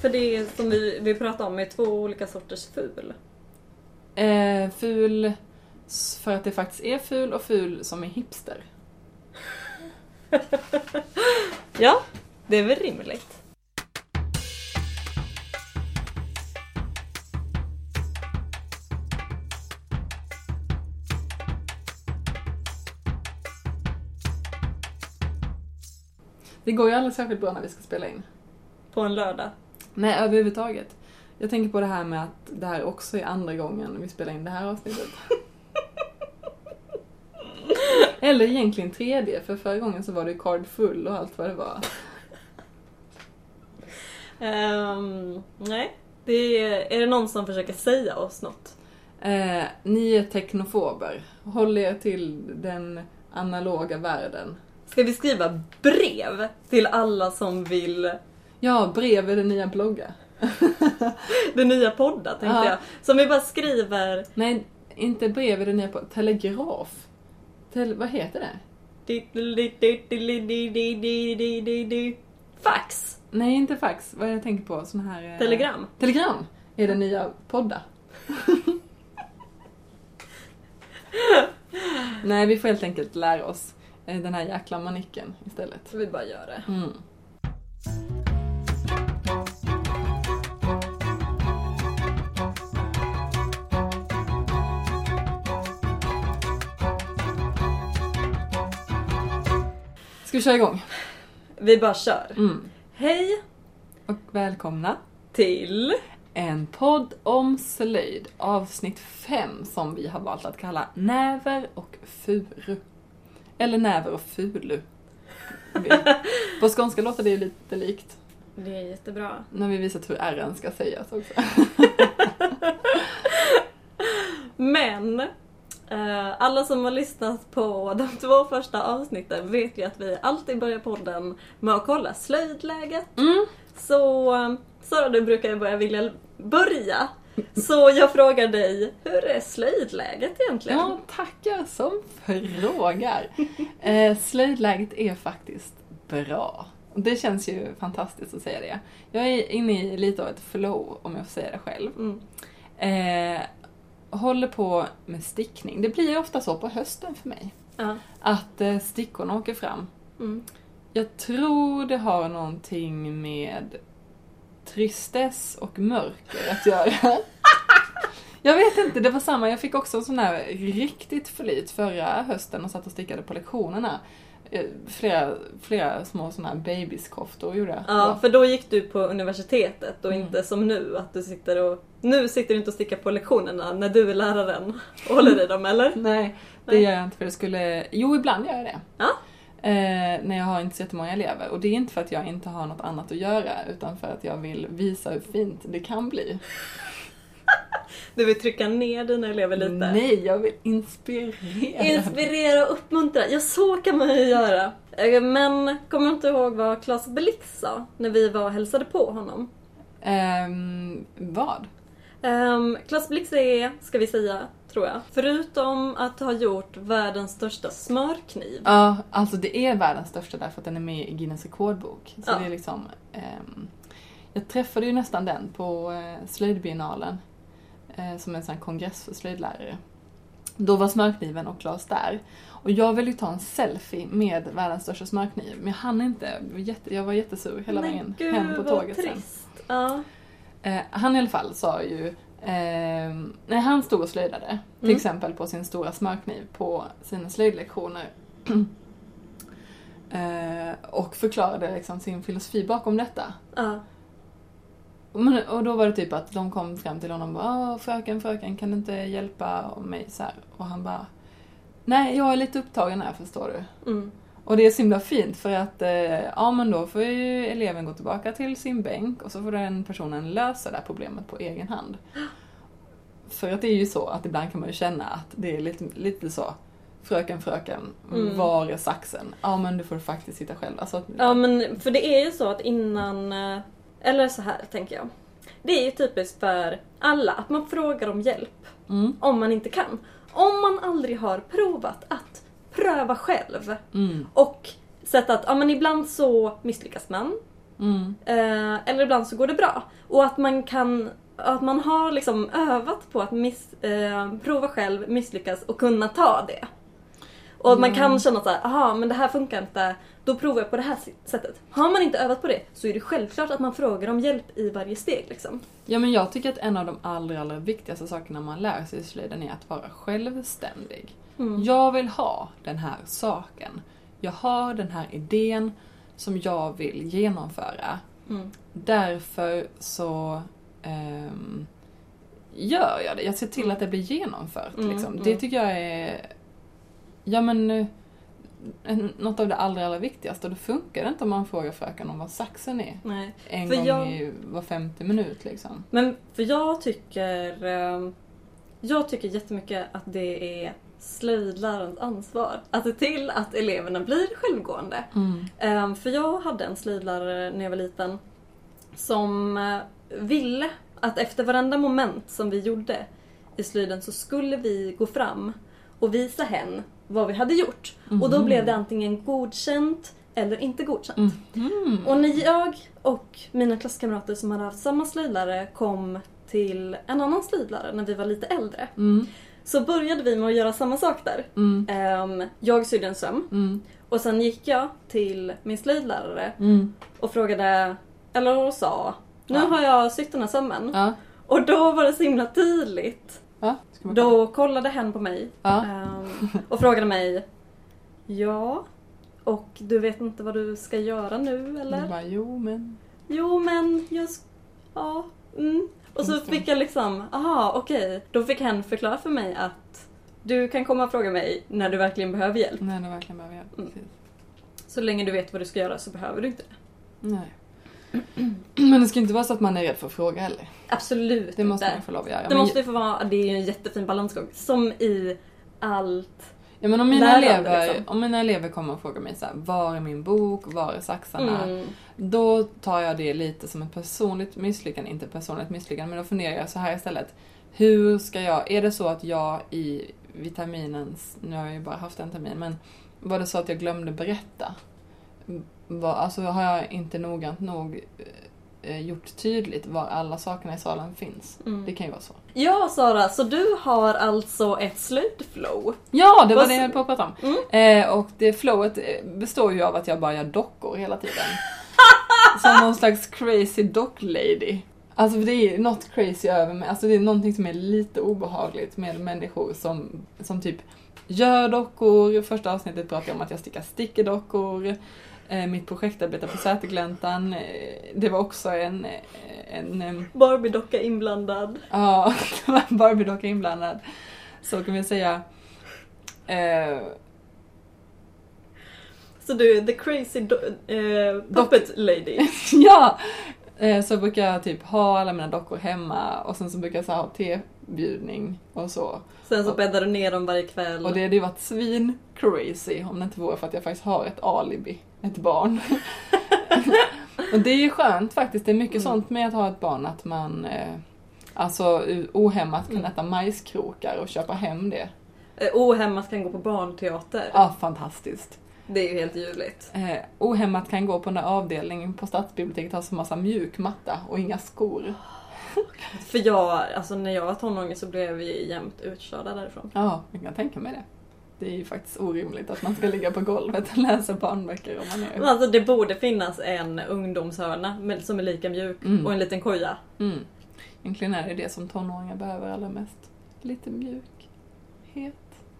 För det som vi pratar om är 2 olika sorters ful. Ful för att det faktiskt är ful och ful som är hipster. Ja, det är väl rimligt. Det går ju aldrig särskilt bra när vi ska spela in. På en lördag. Nej, överhuvudtaget. Jag tänker på det här med att det här också är andra gången vi spelar in det här avsnittet. Eller egentligen 3D, för förra gången så var det card full och allt vad det var. Nej, är det någon som försöker säga oss något? Ni är teknofober. Håll er till den analoga världen. Ska vi skriva brev till alla som vill... Ja, brev är det nya blogga. Det nya podda, tänkte jag. Som vi bara skriver... Nej, inte brev är det nya podda. Telegraf. Vad heter det? Fax. Nej, inte fax. Vad är det jag tänker på? Sån här... Telegram. Telegram är det nya podda. Nej, vi får helt enkelt lära oss den här jäkla manicken istället. Vi bara gör det. Mm. Ska vi köra igång? Vi bara kör. Mm. Hej och välkomna till en podd om slöjd, avsnitt 5 som vi har valt att kalla Näver och furu. Eller Näver och fulu. På skånska låter det ju lite likt. Det är jättebra. När vi visat hur R:n ska sägas också. Men alla som har lyssnat på de 2 första avsnitten vet ju att vi alltid börjar podden med att kolla slöjdläget. Så Sara, du brukar ju vilja börja. Så jag frågar dig, hur är slöjdläget egentligen? Ja, tackar som frågar. Slöjdläget är faktiskt bra. Det känns ju fantastiskt att säga det. Jag är inne i lite av ett flow, om jag får säga det själv. Håller på med stickning. Det blir ju ofta så på hösten för mig. Att stickorna åker fram. Jag tror det har någonting med tristess och mörker att göra. Jag vet inte, det var samma. Jag fick också en sån här riktigt flyt förra hösten och satt och stickade på lektionerna. Flera små såna här babyskoftor gjorde jag. Ja, för då gick du på universitetet och inte som nu att du nu sitter du inte och stickar på lektionerna när du är läraren och håller i dem, eller? Nej, det gör jag inte för det skulle... Jo, ibland gör jag det. Ja. När jag har inte så jättemånga elever. Och det är inte för att jag inte har något annat att göra utan för att jag vill visa hur fint det kan bli. Du vill trycka ner dina elever lite? Nej, jag vill inspirera. Inspirera och uppmuntra. Ja, så kan man ju göra. Men kommer du inte ihåg vad Claes Blix sa när vi var och hälsade på honom? Vad? Claes Blix är, ska vi säga, tror jag, förutom att ha gjort världens största smörkniv. Ja, alltså det är världens största därför att den är med i Guinness rekordbok. Så det är liksom... jag träffade ju nästan den på slöjdbiennalen. Som en sån kongress för slöjdlärare. Då var smörkniven och Claes där. Och jag ville ju ta en selfie med världens största smörkniv. Men jag hann inte. Jag var jättesur hela vägen hem på tåget sen. Ja. Han i alla fall sa ju... när han stod och slöjdade. Till exempel på sin stora smörkniv på sina slöjdlektioner. Och förklarade liksom sin filosofi bakom detta. Ja. Och då var det typ att de kom fram till honom och bara, fröken, kan du inte hjälpa mig så här? Och han bara, nej, jag är lite upptagen här, förstår du. Och det är så himla fint för att, men då får ju eleven gå tillbaka till sin bänk och så får den personen lösa det här problemet på egen hand. För att det är ju så att ibland kan man ju känna att det är lite så, fröken, var är saxen? Ja, men du får faktiskt sitta själv. Alltså, ja, men för det är ju så att innan... Eller så här tänker jag. Det är ju typiskt för alla att man frågar om hjälp om man inte kan. Om man aldrig har provat att pröva själv och sett att men ibland så misslyckas man. Eller ibland så går det bra. Och att man har liksom övat på att prova själv, misslyckas och kunna ta det. Och man kan känna så här, aha, men det här funkar inte, då provar jag på det här sättet. Har man inte övat på det så är det självklart att man frågar om hjälp i varje steg liksom. Ja, men jag tycker att en av de allra viktigaste sakerna man lär sig i slöjden är att vara självständig. Jag vill ha den här saken. Jag har den här idén som jag vill genomföra. Därför så gör jag det. Jag ser till att det blir genomfört. Liksom. Det tycker jag är något av det allra viktigaste. Och det funkar inte om man frågar fröken om vad saxen är. Nej. En gång i var 50 minut liksom. Men för jag tycker jättemycket att det är slöjdlärarens ansvar att se till att eleverna blir självgående. För jag hade en slöjdlärare när jag var liten som ville att efter varenda moment som vi gjorde i slöjden så skulle vi gå fram och visa henne vad vi hade gjort. Och då blev det antingen godkänt eller inte godkänt. Och när jag och mina klasskamrater som hade haft samma slöjdlärare kom till en annan slöjdlärare när vi var lite äldre, så började vi med att göra samma sak där. Jag sydde en söm. Och sen gick jag till min slöjdlärare och frågade, eller sa, nu har jag sytt den här sömmen. Och då var det så himla tydligt. Då kollade hen på mig och frågade mig, ja, och du vet inte vad du ska göra nu, eller? Bara, jo men, ja. Och så fick jag liksom, okej. Då fick hen förklara för mig att du kan komma och fråga mig när du verkligen behöver hjälp. När du verkligen behöver hjälp, precis. Så länge du vet vad du ska göra så behöver du inte det. Nej. Men det ska inte vara så att man är rädd för att fråga heller. Absolut. Det måste man få lov att göra. Det måste ju få vara, det är ju en jättefin balansgång. Som i allt. Ja, men om mina elever kommer och frågar mig så här, var är min bok, var är saxarna? Då tar jag det lite som ett personligt misslyckande, inte personligt misslyckande, men då funderar jag så här istället. Hur ska jag, är det så att jag i vitaminens, nu har jag ju bara haft en termin, men var det så att jag glömde berätta? Alltså har jag inte noggrant nog gjort tydligt var alla sakerna i salen finns. Det kan ju vara så. Ja, Sara, så du har alltså ett slöjdflow. Ja, det var det jag höll på att prata om. Och det flowet består ju av att jag bara gör dockor hela tiden. Som någon slags crazy dock lady. Alltså det är något crazy över mig. Alltså det är någonting som är lite obehagligt med människor som typ gör dockor. Första avsnittet pratade jag om att jag stickar stickerdockor. Mitt projektarbete på Sätergläntan, det var också en Barbie-docka inblandad. Ja, det var en Barbie-docka inblandad. Så kan vi säga. Så du är the crazy puppet lady. Ja, så brukar jag typ ha alla mina dockor hemma. Och sen så brukar jag så ha tebjudning och så. Sen så bäddar du ner dem varje kväll. Och det hade ju varit svin crazy om det inte vore för att jag faktiskt har ett alibi. Ett barn. Och det är ju skönt faktiskt. Det är mycket sånt med att ha ett barn. Att man alltså ohämmat kan äta majskrokar och köpa hem det. Ohämmat kan gå på barnteater. Ja, fantastiskt. Det är ju helt ljuvligt. Ohämmat kan gå på den där avdelningen på stadsbiblioteket. Har så massa mjuk matta och inga skor. För när jag var tonåring så blev vi jämt utkörda därifrån. Ja, jag kan tänka mig det. Det är ju faktiskt orimligt att man ska ligga på golvet och läsa barnböcker om man är. Alltså det borde finnas en ungdomshörna som är lika mjuk och en liten koja. Egentligen är det som tonåringar behöver allra mest. Lite mjukhet.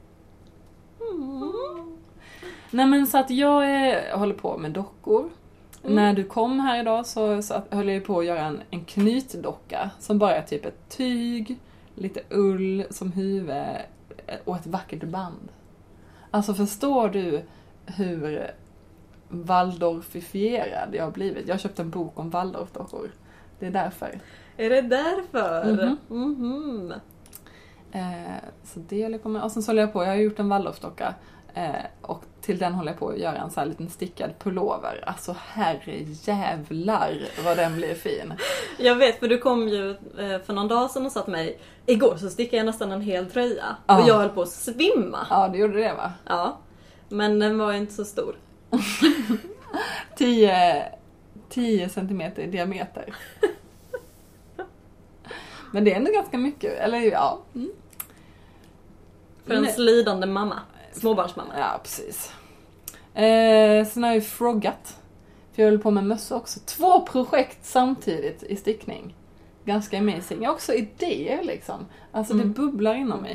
Nej, men så att jag håller på med dockor. När du kom här idag så höll jag på att göra en knytdocka som bara är typ ett tyg, lite ull som huvud och ett vackert band. Alltså förstår du hur Waldorfifierad jag har blivit? Jag har köpt en bok om Waldorfdockor. Det är därför. Är det därför? Så det håller jag på med. Och sen så håller jag har gjort en Waldorfdocka. Och till den håller jag på att göra en så här liten stickad pullover. Alltså herre jävlar vad den blir fin. Jag vet, för du kom ju för någon dag sedan och sa till mig, igår så stickade jag nästan en hel tröja. Och jag höll på att svimma. Ja, det gjorde det, va? Ja, men den var inte så stor. 10 centimeter i diameter. Men det är ändå ganska mycket, eller ja. För en slidande mamma. Småbarnsmamma. Ja, precis. Sen har jag ju froggat. För jag håller på med mössa också. 2 projekt samtidigt i stickning. Ganska amazing. Jag har också idéer liksom. Alltså det bubblar inom mig.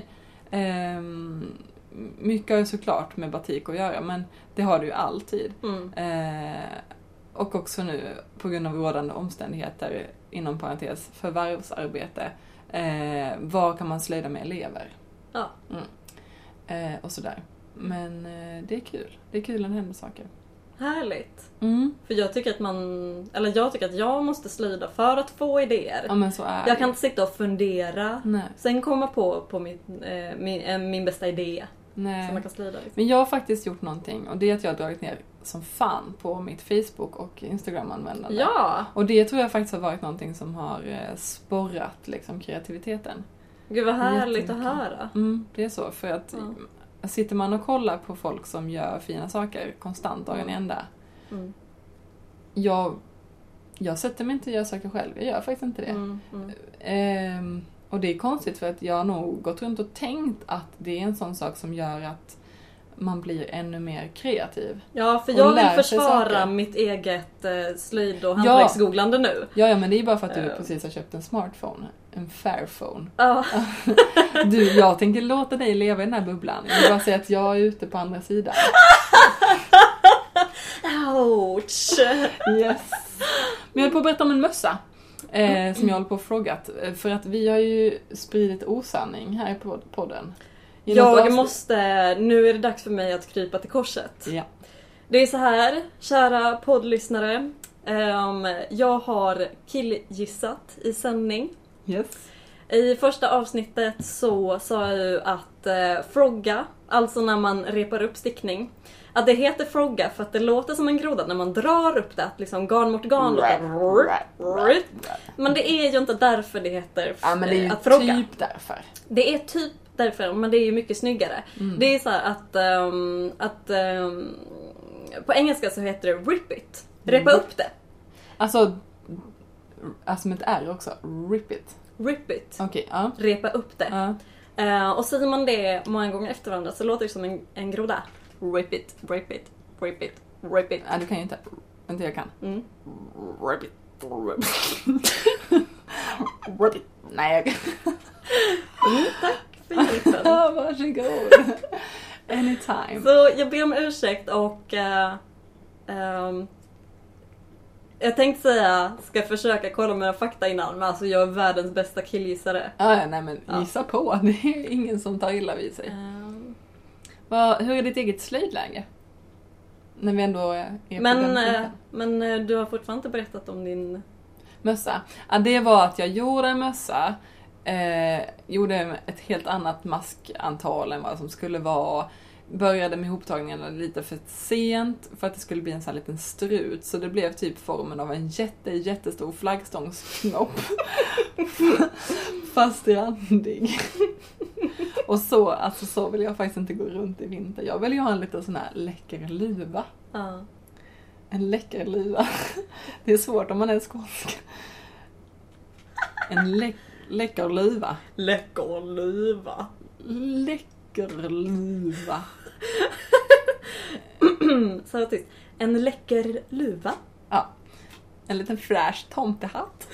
Mycket har ju såklart med batik att göra, men det har du ju alltid. Och också nu på grund av rådande omständigheter, inom parentes förvärvsarbete, var kan man slöjda med elever? Ja. Och sådär. Men det är kul. Det är kul när det händer saker. Härligt. För jag tycker att jag måste slöjda för att få idéer. Ja, men så är jag kan inte sitta och fundera. Nej. Sen komma på min bästa idé. Nej. Som man kan slöjda. Liksom. Men jag har faktiskt gjort någonting. Och det är att jag har dragit ner som fan på mitt Facebook och Instagram-användande. Ja! Och det tror jag faktiskt har varit någonting som har sporrat liksom, kreativiteten. Gud vad härligt att höra. Det är så. För att sitter man och kollar på folk som gör fina saker konstant dagen i ända. Jag sätter mig inte och gör saker själv. Jag gör faktiskt inte det. Och det är konstigt för att jag har nog gått runt och tänkt att det är en sån sak som gör att man blir ännu mer kreativ. Ja, för jag vill försvara mitt eget slöjd- och hantverksgooglande nu. Ja, men det är bara för att du precis har köpt en smartphone. En Fairphone. Ja. Jag tänker låta dig leva i den här bubblan. Jag vill bara säga att jag är ute på andra sidan. Ouch! Yes. Men jag håller på att berätta om en mössa. Som jag håller på att frågat. För att vi har ju spridit osanning här på podden. Nu är det dags för mig att krypa till korset. Ja. Det är så här, kära poddlyssnare. Jag har killgissat i sändning. Yes. I första avsnittet så sa jag ju att frogga, alltså när man repar upp stickning, att det heter frogga för att det låter som en groda när man drar upp det, att liksom garn mot garn låter. Men det är ju inte därför det heter men det är ju att frogga. Typ därför. Det är typ därför, men det är ju mycket snyggare. Det är så här att på engelska så heter det rip it. Repa upp det. Alltså med ett R också. Rip it. Rip it. Okej, ja. Repa upp det. Och säger man det många gånger efter varandra så låter det som en groda. Rip it, rip it, rip it, rip it. Ja, du kan ju inte. Inte jag kan. Rip it, rip it. Rip it. Nej, jag kan. Tack för hjälpen. Ja, varsågod. Anytime. Så jag ber om ursäkt och jag tänkte säga, ska försöka kolla mina fakta innan, men alltså jag är världens bästa killgissare. Nej men gissa på. Det är ingen som tar illa vid sig. Hur är ditt eget slöjdläge? När vi ändå är på den. Men du har fortfarande inte berättat om din mössa. Ja, det var att jag gjorde en mössa. Gjorde ett helt annat maskantal än vad som skulle vara. Började med ihoptagningarna lite för sent för att det skulle bli en sån här liten strut. Så det blev typ formen av en jättestor flaggstångsknopp. Fast randig. Och så vill jag faktiskt inte gå runt i vinter. Jag vill ju ha en liten sån här läcker luva. En läcker luva. Det är svårt om man är skånsk. En läcker luva. Läcker luva. Läcker luva. Så tyst. En läcker luva. Ja. En liten fräsch tomtehatt.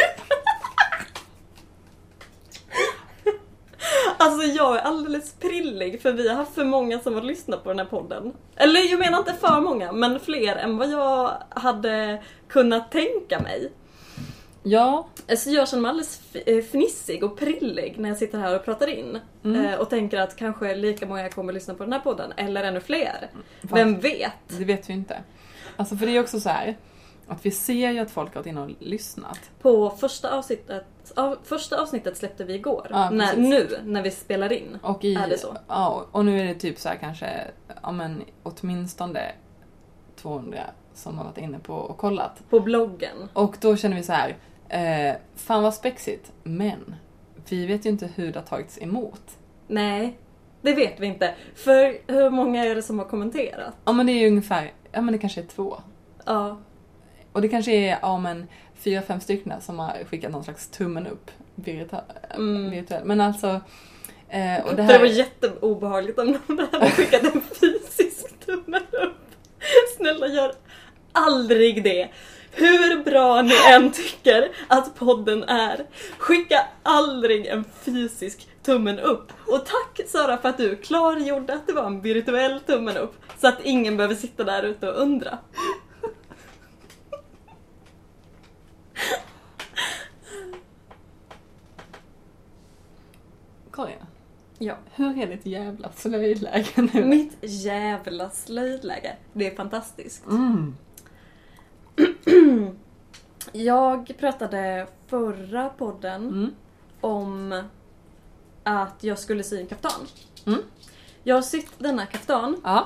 Alltså jag är alldeles prillig för vi har haft för många som har lyssnat på den här podden. Eller jag menar inte för många, men fler än vad jag hade kunnat tänka mig. Ja. Så jag känner mig alldeles fnissig och prillig när jag sitter här och pratar in. Och tänker att kanske lika många kommer lyssna på den här podden. Eller ännu fler. Fast, vem vet? Det vet vi inte. Alltså för det är också så här att vi ser ju att folk har varit inne och lyssnat. På första avsnittet släppte vi igår. Ja, när vi spelar in. Och är det så? Ja, och nu är det typ så här kanske åtminstone 200 som har varit inne på och kollat. På bloggen. Och då känner vi så här, fan vad spexigt, men vi vet ju inte hur det har tagits emot. Nej, det vet vi inte. För hur många är det som har kommenterat? Ja, men det är ju ungefär, men det kanske är 2. Ja. Och det kanske är 4-5 stycken som har skickat någon slags tummen upp virtuellt. Men alltså... och det var jätteobehagligt om någon hade skickat en fysisk tummen upp. Snälla, gör aldrig det. Hur bra ni än tycker att podden är, skicka aldrig en fysisk tummen upp. Och tack Sara för att du klargjorde att det var en virtuell tummen upp, så att ingen behöver sitta där ute och undra. Karin, ja. Hur är ditt jävla slöjdläge nu? Mitt jävla slöjdläge, det är fantastiskt. Jag pratade förra podden om att jag skulle sy en kaftan. Jag har sytt denna kaftan. Ja.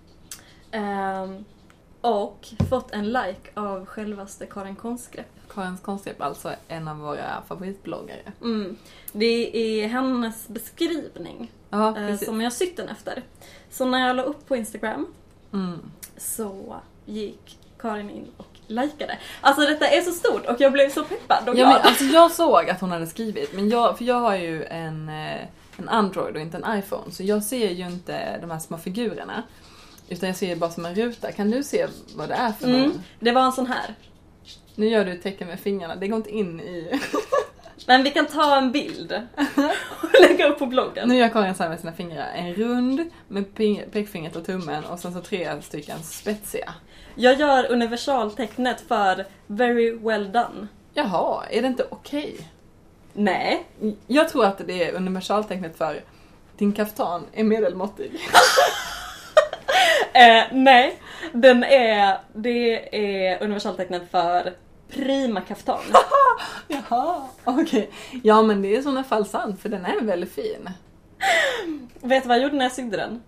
Och fått en like av självaste Karin Konstgrepp. Karin Konstgrepp, alltså en av våra favoritbloggare. Det är hennes beskrivning som jag sytt den efter. Så när jag la upp på Instagram så gick Karin in och likade. Alltså detta är så stort och jag blev så peppad och glad. Men, alltså jag såg att hon hade skrivit, men jag har ju en Android och inte en iPhone, så jag ser ju inte de här små figurerna, utan jag ser det bara som en ruta. Kan du se vad det är för någon? Det var en sån här. Nu gör du ett tecken med fingrarna, det går inte in i... Men vi kan ta en bild och lägga upp på bloggen. Nu gör Karin så här med sina fingrar. En rund med pekfingret och tummen och sen så 3 stycken spetsiga. Jag gör universaltecknet för very well done. Jaha, är det inte okej? Nej. Jag tror att det är universaltecknet för din kaftan är medelmåttig. Nej, det är universaltecknet för prima kaftan. Jaha, okej. Ja, men det är i sådana fall sant, för den är väldigt fin. Vet du vad jag gjorde när jag sydde den?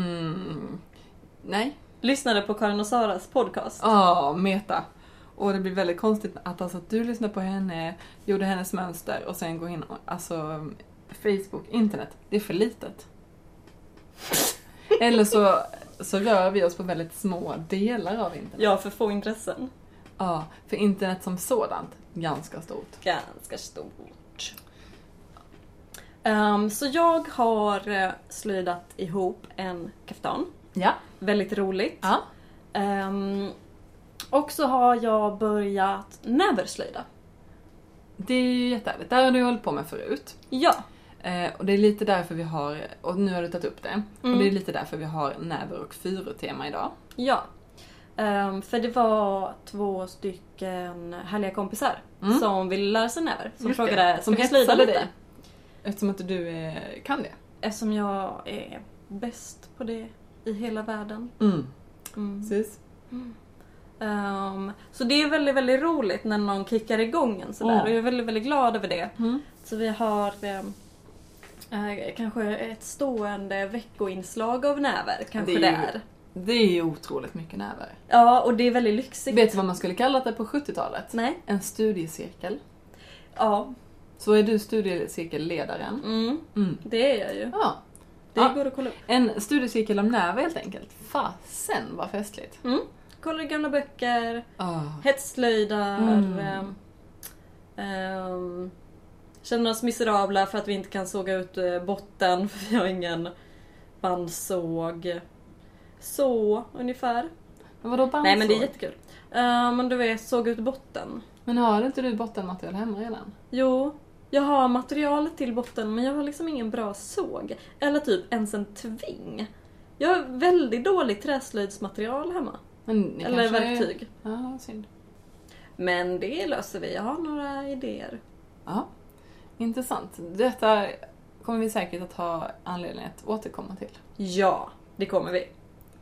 Nej. Lyssnade på Karin och Saras podcast. Meta. Och det blir väldigt konstigt att du lyssnar på henne, gjorde hennes mönster och sen går in och, alltså Facebook, internet, det är för litet. Eller så rör vi oss på väldigt små delar av internet. Ja, för få intressen. Ja, för internet som sådant, ganska stort. Ganska stort. Så jag har slöjdat ihop en kaftan. Ja. Väldigt roligt. Ja. Och så har jag börjat näverslöjda. Det är ju jättehärligt. Det har du hållit på med förut. Ja. Och det är lite därför vi har, och nu har du tagit upp det, och det är lite därför vi har näver- och fyror-tema idag. Ja. För det var 2 stycken härliga kompisar som ville lära sig näver. Som frågade, som hetsade dig. Eftersom att du kan det. Eftersom jag är bäst på det i hela världen. Precis. Så det är väldigt, väldigt roligt när någon kickar igång en sådär. Och jag är väldigt, väldigt glad över det. Så vi har kanske ett stående veckoinslag av näver. Kanske det är ju otroligt mycket näver. Ja, och det är väldigt lyxigt. Vet du vad man skulle kalla det på 70-talet? Nej. En studiecirkel. Ja. Så är du studiecirkelledaren? Det är jag ju. Ja. Det går att kolla upp. En studiecirkel om näver helt enkelt. Fasen vad festligt. Kollar i gamla böcker. Hetslöjdar. Känner oss miserabla för att vi inte kan såga ut botten. För vi har ingen bandsåg. Så, ungefär. Men vadå bandsåg? Nej, men det är jättekul. Men du vet, såg ut botten. Men har inte du bottenmaterial hemma redan? Jo, jag har material till botten, men jag har liksom ingen bra såg. Eller typ ens en tving. Jag har väldigt dåligt träslöjdsmaterial hemma. Eller verktyg. Ja, synd. Men det löser vi. Jag har några idéer. Ja, intressant. Detta kommer vi säkert att ha anledning att återkomma till. Ja, det kommer vi.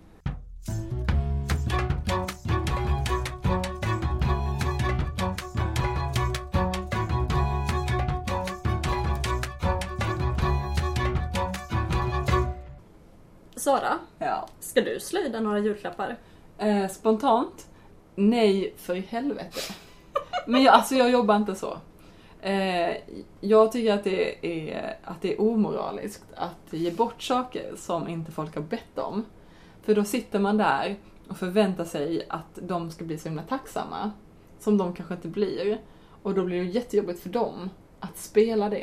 Sara, ska du slöjda några julklappar? Spontant? Nej, för i helvete. Men jag jobbar inte så. Jag tycker att det är omoraliskt att ge bort saker som inte folk har bett om. För då sitter man där och förväntar sig att de ska bli så himla tacksamma. som de kanske inte blir. Och då blir det jättejobbigt för dem att spela det.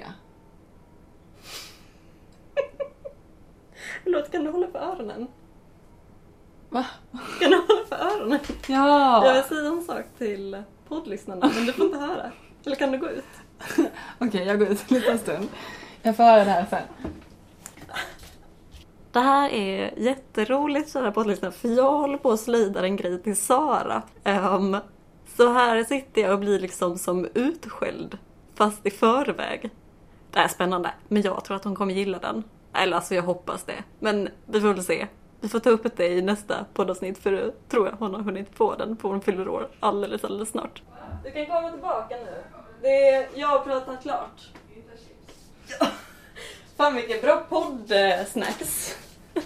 Förlåt, kan du hålla för öronen? Va? Kan du hålla för öronen? Ja! Jag vill säga en sak till poddlyssnarna, men du får inte höra. Eller kan du gå ut? Okej, jag går ut en liten stund. Jag får höra det här sen. Det här är jätteroligt, kära poddlyssnare, för jag håller på att slida en grej till Sara. Så här sitter jag och blir liksom som utskälld, fast i förväg. Det är spännande, men jag tror att hon kommer gilla den. Eller alltså jag hoppas det. Men vi får väl se. Vi får ta upp det i nästa poddavsnitt, för då tror jag hon har hunnit få den, för hon fyller år alldeles snart. Du kan komma tillbaka nu. Jag har pratat klart. Ja. Fan vilken bra poddsnacks.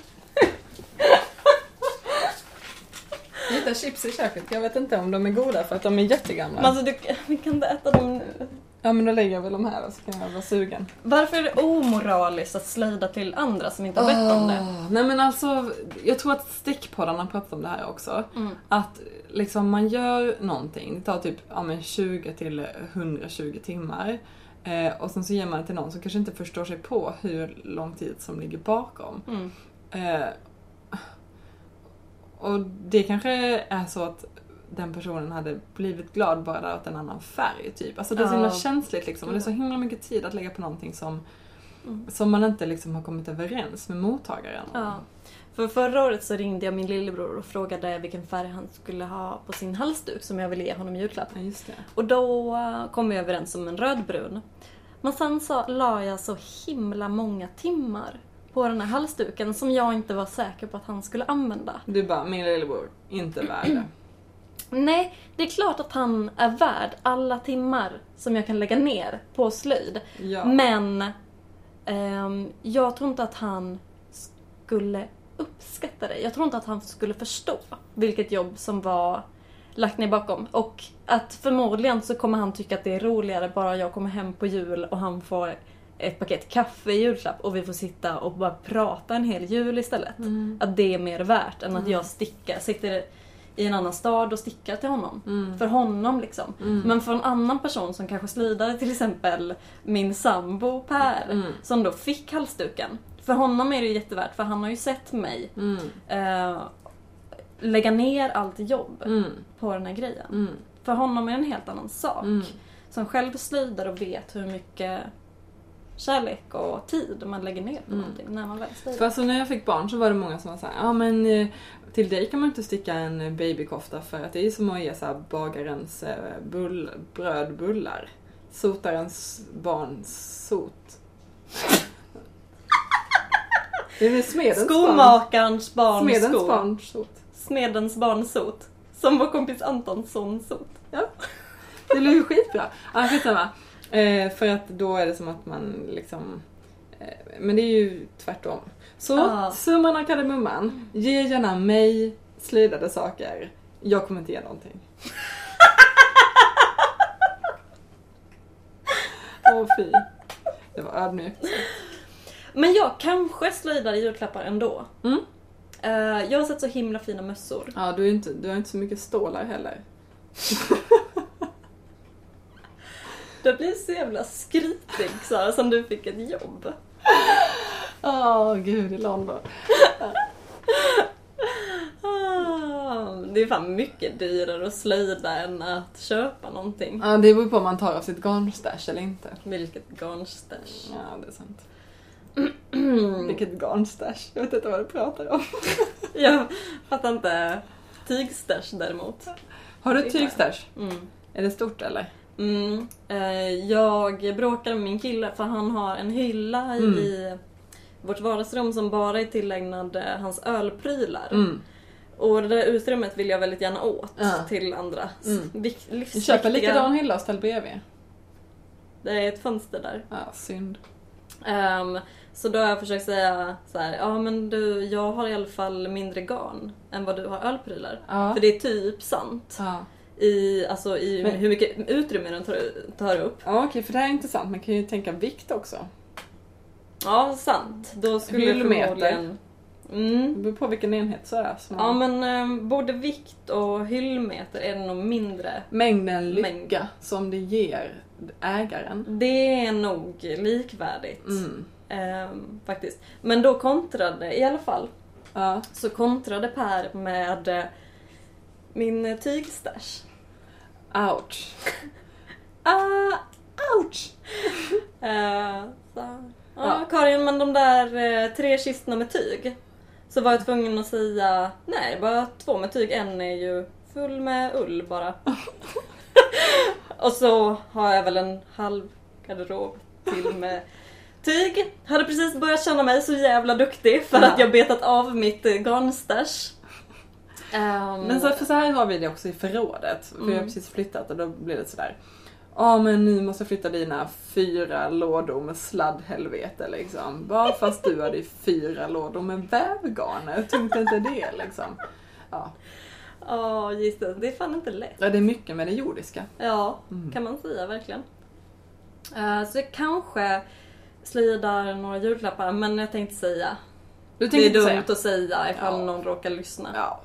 Jag hittar chips i köket. Jag vet inte om de är goda för att de är jättegamla. Men alltså vi kan inte äta dem nu. Ja, men då lägger jag väl de här och så kan jag vara sugen. Varför är det omoraliskt att slida till andra som inte har bett om det? Nej men alltså, jag tror att stickpoddarna pratar om det här också. Att liksom man gör någonting, det tar typ 20 till 120 timmar. Och sen så ger man det till någon som kanske inte förstår sig på hur lång tid som ligger bakom. Och det kanske är så att den personen hade blivit glad bara åt en annan färg typ. Alltså det är så himla känsligt liksom. Och det är så himla mycket tid att lägga på någonting som man inte liksom har kommit överens med mottagaren. Ja. För förra året så ringde jag min lillebror och frågade vilken färg han skulle ha på sin halsduk som jag ville ge honom i julklapp. Ja, just det. Och då kom vi överens om en rödbrun. Men sen så la jag så himla många timmar på den här halsduken som jag inte var säker på att han skulle använda. Du bara, min lillebror, inte värd det. Nej, det är klart att han är värd alla timmar som jag kan lägga ner på slöjd. Ja. Men jag tror inte att han skulle uppskatta det. Jag tror inte att han skulle förstå vilket jobb som var lagt ner bakom. Och att förmodligen så kommer han tycka att det är roligare bara jag kommer hem på jul och han får ett paket kaffe i julklapp och vi får sitta och bara prata en hel jul istället. Att det är mer värt än att jag sitter i en annan stad och stickar till honom. För honom liksom. Men för en annan person som kanske slidade, till exempel min sambo Per, som då fick halsduken. För honom är det jättevärt, för han har ju sett mig lägga ner allt jobb på den här grejen. För honom är det en helt annan sak. Som själv slidar och vet hur mycket kärlek och tid man lägger ner på någonting när man väl slidar. För alltså när jag fick barn så var det många som var såhär, ja men till dig kan man inte sticka en babykofta för att det är som att ge så här bagarens brödbullar. Sotarens barns sot. Det är smedens skomakarens barns smedens barns sot. Smedens barns sot. Som vår kompis Antonsson sot. Ja. Det blir ju skitbra. Ja, skitsamma. För att då är det som att man liksom... men det är ju tvärtom. Så summan av kardemumman. Ge gärna mig slidade saker. Jag kommer inte ge någonting. Fy. Det var ödmjukt. Men jag kanske slidar julklappar ändå. Jag har sett så himla fina mössor. Ja, du har inte så mycket stålar heller. Det blir så jävla skrytig Sara, som du fick ett jobb. Gud i London. Det är fan mycket dyrare att slida än att köpa någonting. Ja, det beror på om man tar av sitt garnstash eller inte. Vilket garnstash? Ja, det är sant. Vilket garnstash? Jag vet inte vad du pratar om. Jag fattar inte. Tygstash däremot. Har du ett tygstash? Är det stort eller? Jag bråkar med min kille för han har en hylla i vårt vardagsrum som bara är tillägnad hans ölprylar. Och det där utrymmet vill jag väldigt gärna åt till andra. Du köper likadan hylla och ställ bredvid. Det är ett fönster där. Ja, synd. Så då har jag försökt säga så här: ja men du, jag har i alla fall mindre garn än vad du har ölprylar. För det är typ sant. I hur mycket utrymme den tar upp. Ja, okej, för det här är intressant. Man kan ju tänka vikt också. Ja, sant. Då skulle förmodligen... Det beror på vilken enhet så är det. Ja, men både vikt och hyllmeter är det nog mindre. Mängden lycka som det ger ägaren. Det är nog likvärdigt. Faktiskt. Men då kontrade i alla fall. Ja. Så kontrade Per med min tygstash. Ouch. Ouch. Karin, men de där 3 kistorna med tyg. Så var jag tvungen att säga, nej, bara 2 med tyg. En är ju full med ull bara. Och så har jag väl en halv garderob till med tyg. Hade precis börjat känna mig så jävla duktig för att jag betat av mitt garnstash. Men så här har vi det också i förrådet. För jag har precis flyttat och då blir det sådär. Men nu måste jag flytta dina 4 lådor med sladdhelvete liksom. Bara fast du hade 4 lådor med vävgarn. Jag tänkte inte det liksom. Ja. Just det. Det är fan inte lätt. Ja, det är mycket med det jordiska. Ja, kan man säga verkligen. Så jag kanske slidar några julklappar, men jag tänkte säga. Det är dumt att säga ifall någon råkar lyssna. Ja.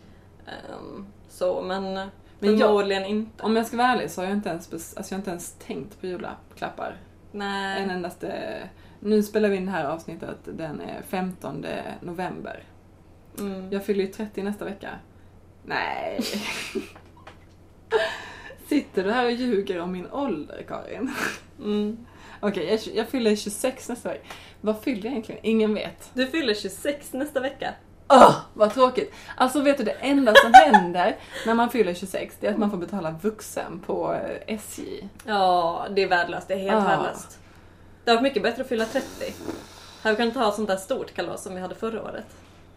Men förmodligen inte. Om jag ska vara ärlig så har jag inte ens tänkt på julklappar. Nej. En endaste. Nu spelar vi in det här avsnittet. Den är 15 november. Jag fyller ju 30 nästa vecka. Nej. Sitter du här och ljuger om min ålder, Karin? Okej, jag fyller 26 nästa vecka. Vad fyller jag egentligen? Ingen vet. Du fyller 26 nästa vecka. Vad tråkigt. Alltså vet du, det enda som händer när man fyller 26, det är att man får betala vuxen på SJ. Ja, det är värdelöst. Det är helt värdelöst. Det har varit mycket bättre att fylla 30. Här vi kan ta sånt där stort kalas som vi hade förra året.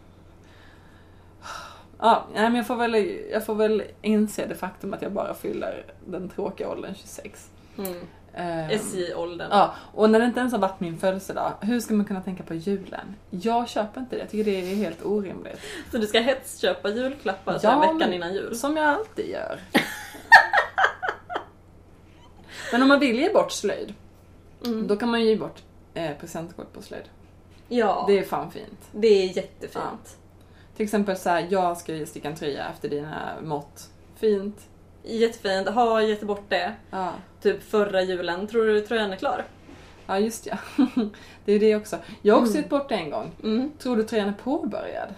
Men jag får väl inse det faktum att jag bara fyller den tråkiga åldern 26. SJ-åldern. Ja, och när det inte ens har varit min födelsedag, hur ska man kunna tänka på julen? Jag köper inte det, jag tycker det är helt orimligt. Så du ska hetsköpa julklappar så veckan innan jul? Som jag alltid gör. Men om man vill ge bort slöjd, då kan man ge bort presentkort på slöjd. Ja. Det är fan fint. Det är jättefint. Ja. Till exempel så här, jag ska sticka en tröja efter dina mått. Fint. Jättefint. Har gett bort det. Ja. Typ förra julen. Tror du tröjan är klar? Ja, just ja. Det är det också. Jag har också gett bort det en gång. Tror du tröjan är påbörjad?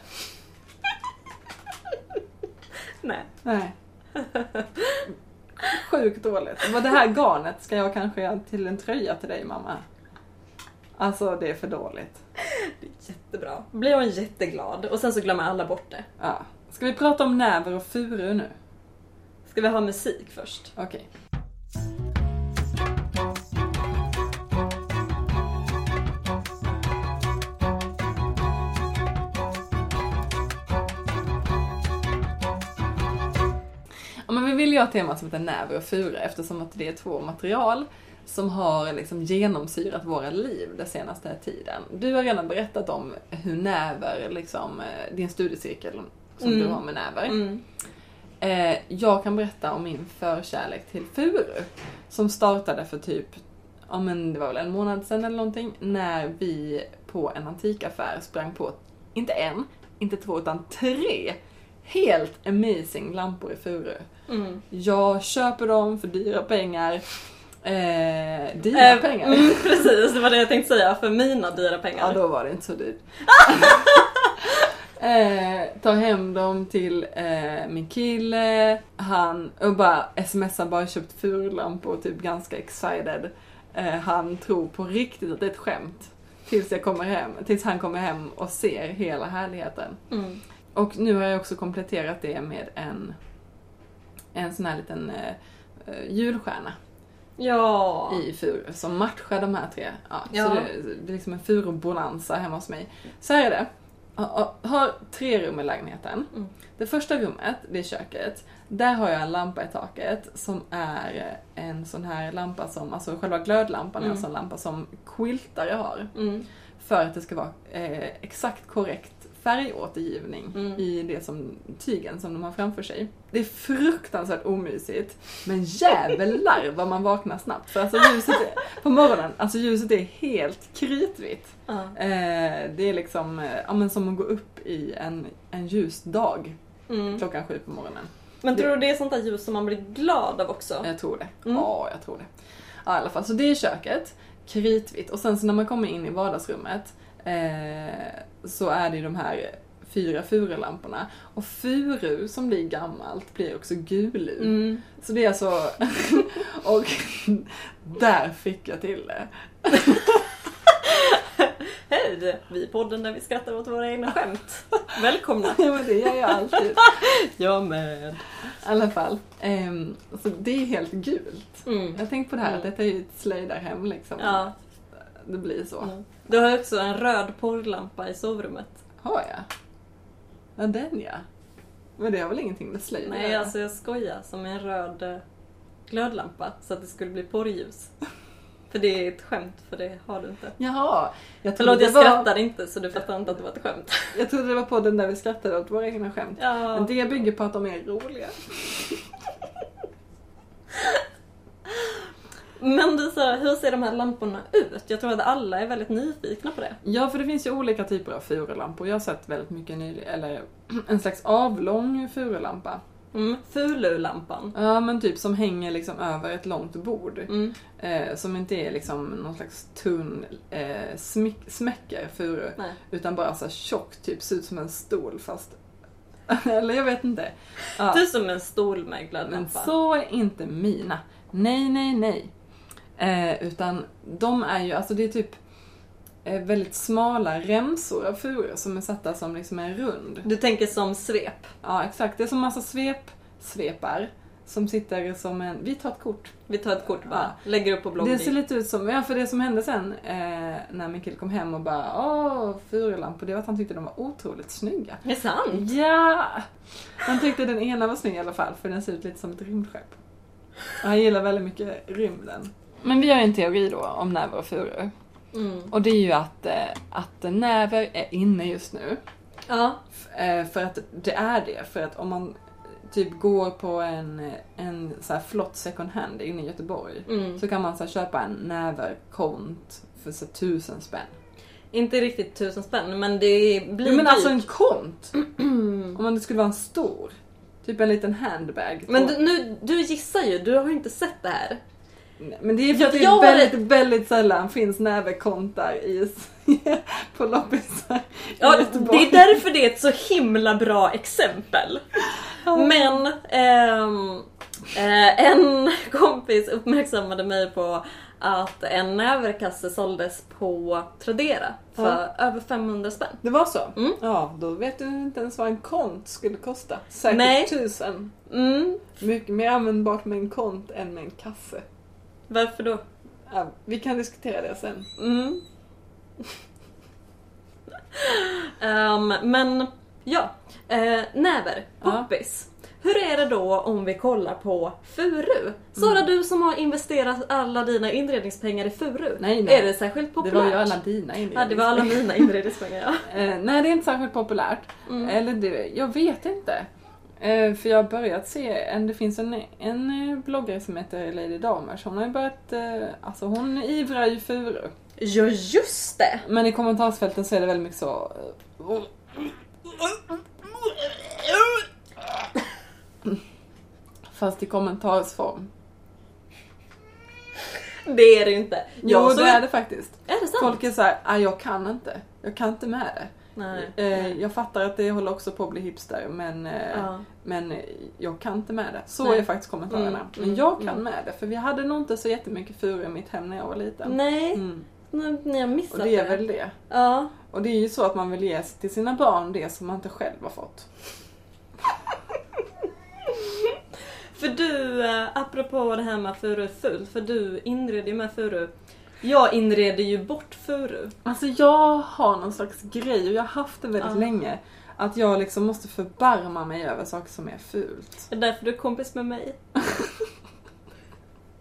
Nej. Sjukt dåligt. Vad det här garnet ska jag kanske göra till en tröja till dig, mamma. Alltså, det är för dåligt. Det är jättebra. Blir hon jätteglad. Och sen så glömmer alla bort det. Ja. Ska vi prata om näver och furu nu? Ska vi ha musik först? Okej. Men vi vill ju ha temat som heter näver och furu eftersom att det är 2 material som har liksom genomsyrat våra liv den senaste tiden. Du har redan berättat om hur näver, liksom, din studiecirkel som du har med näver. Jag kan berätta om min förkärlek till furu som startade för typ, det var väl en månad sedan eller någonting, när vi på en antikaffär sprang på, inte 1, inte 2 utan 3 helt amazing lampor i furu. Jag köper dem för dyra pengar. Pengar. Precis, det var det jag tänkte säga. För mina dyra pengar. Ja, då var det inte så dyrt. Tar hem dem till min kille. Han bara smsar, bara köpt furulampor, typ ganska excited. Han tror på riktigt att det är ett skämt. Tills han kommer hem och ser hela härligheten. Och nu har jag också kompletterat det med en sån här liten julstjärna. Ja. I furu som matchar de här 3. Ja. Så det är liksom en furubonanza hemma hos mig. Så här är det. Har 3 rum i lägenheten. Det första rummet, det är köket. Där har jag en lampa i taket som är en sån här lampa som, alltså själva glödlampan är en sån lampa som quiltare har. För att det ska vara exakt korrekt färgåtergivning i det som tygen som de har framför sig. Det är fruktansvärt omysigt, men jävlar vad man vaknar snabbt. För alltså ljuset på morgonen, alltså ljuset är helt kritvitt. Det är liksom som att gå upp i en ljus dag klockan 7 på morgonen. Men tror du det är sånt där ljus som man blir glad av också? Jag tror det. Ja, jag tror det. Ja, i alla fall, så det är köket, kritvitt. Och sen så när man kommer in i vardagsrummet så är det de här 4 furulamporna. Och furu som blir gammalt blir också gulu. Så det är alltså... och där fick jag till det. Hej, vi är podden där vi skrattar åt våra egna skämt. Välkomna. Ja, men det gör jag alltid. Jag med. I alla fall. Så det är helt gult. Jag tänkte på det här att detta är ju ett slöjdarhem liksom. Ja. Det blir så. Du har också en röd porrlampa i sovrummet. Har jag? Ja, den ja. Men det har väl ingenting med slöjd? Nej, alltså jag skojar som en röd glödlampa så att det skulle bli porrljus. För det är ett skämt, för det har du inte. Jaha. Förlåt, jag skrattade inte så du fattar inte att det var ett skämt. Jag trodde det var podden där vi skrattade åt våra egna skämt. Ja. Men det bygger på att de är roliga. Men du sa, hur ser de här lamporna ut? Jag tror att alla är väldigt nyfikna på det. Ja, för det finns ju olika typer av furulampor. Jag har sett väldigt mycket eller en slags avlång furulampa. Fululampan. Ja, men typ som hänger liksom över ett långt bord. Som inte är liksom någon slags tunn smäcker furu. Nej. Utan bara så tjock, typ ser ut som en stol fast... eller jag vet inte. Ja. Du är som en stol med glödlampa. Men så är inte mina. Nej. Utan de är ju, alltså det är typ väldigt smala remsor av furu som är satta som liksom en rund. Du tänker som svep? Ja, exakt. Det är som massa svepar som sitter som en... Vi tar ett kort bara. Lägger upp på bloggen. Det ser lite ut som... Ja, för det som hände sen när min kille kom hem och bara furulampor, det var att han tyckte de var otroligt snygga. Är det sant? Ja! Han tyckte den ena var snygg i alla fall, för den ser ut lite som ett rymdskepp. Och han gillar väldigt mycket rymden. Men vi har en teori då om näver och furu. Och det är ju att näver är inne just nu. Ja. För att det är det. För att om man typ går på en så här flott second hand inne i Göteborg så kan man så här köpa en näverkont för så 1000 spänn. Inte riktigt 1000 spänn, men det blir men alltså en kont. Om det skulle vara en stor. Typ en liten handbag. Men du gissar ju, du har ju inte sett det här. Men det är för att väldigt sällan finns näverkontar på loppisar. Ja, det är därför det är ett så himla bra exempel. Men en kompis uppmärksammade mig på att en näverkasse såldes på Tradera för över 500 spänn. Det var så? Ja, då vet du inte ens vad en kont skulle kosta. Säkert 1000. Mycket mer användbart med en kont än med en kasse. Varför då? Ja, vi kan diskutera det sen. Men ja, näver, poppis. Hur är det då om vi kollar på furu? Sara, du som har investerat alla dina inredningspengar i furu. Nej. Är det särskilt populärt? Det var ju alla dina inredningspengar. Ja, det var alla mina inredningspengar, ja. Nej, det är inte särskilt populärt. Eller jag vet inte. För jag har börjat se, det finns en bloggare som heter Lady Damers. Hon har ju börjat, alltså hon ivrar ju furu. Ja, just det! Men i kommentarsfälten så är det väldigt mycket så... Fast i kommentarsform. Det är det ju inte. Jo, det är det faktiskt. Är det sant? Folk är såhär, jag kan inte med det. Nej. Jag fattar att det håller också på att bli hipster, men jag kan inte med det. Så är faktiskt kommentarerna. Men jag kan med det, för vi hade nog inte så jättemycket furu i mitt hem när jag var liten. Nej, ni har missat det. Och det är väl det. Ja. Och det är ju så att man vill ge till sina barn det som man inte själv har fått. För du, apropå det här med furu fult, för du inreder ju med furu. Jag inreder ju bort furu. Alltså jag har någon slags grej, och jag har haft det väldigt länge, att jag liksom måste förbarma mig över saker som är fult. Det är därför du är kompis med mig.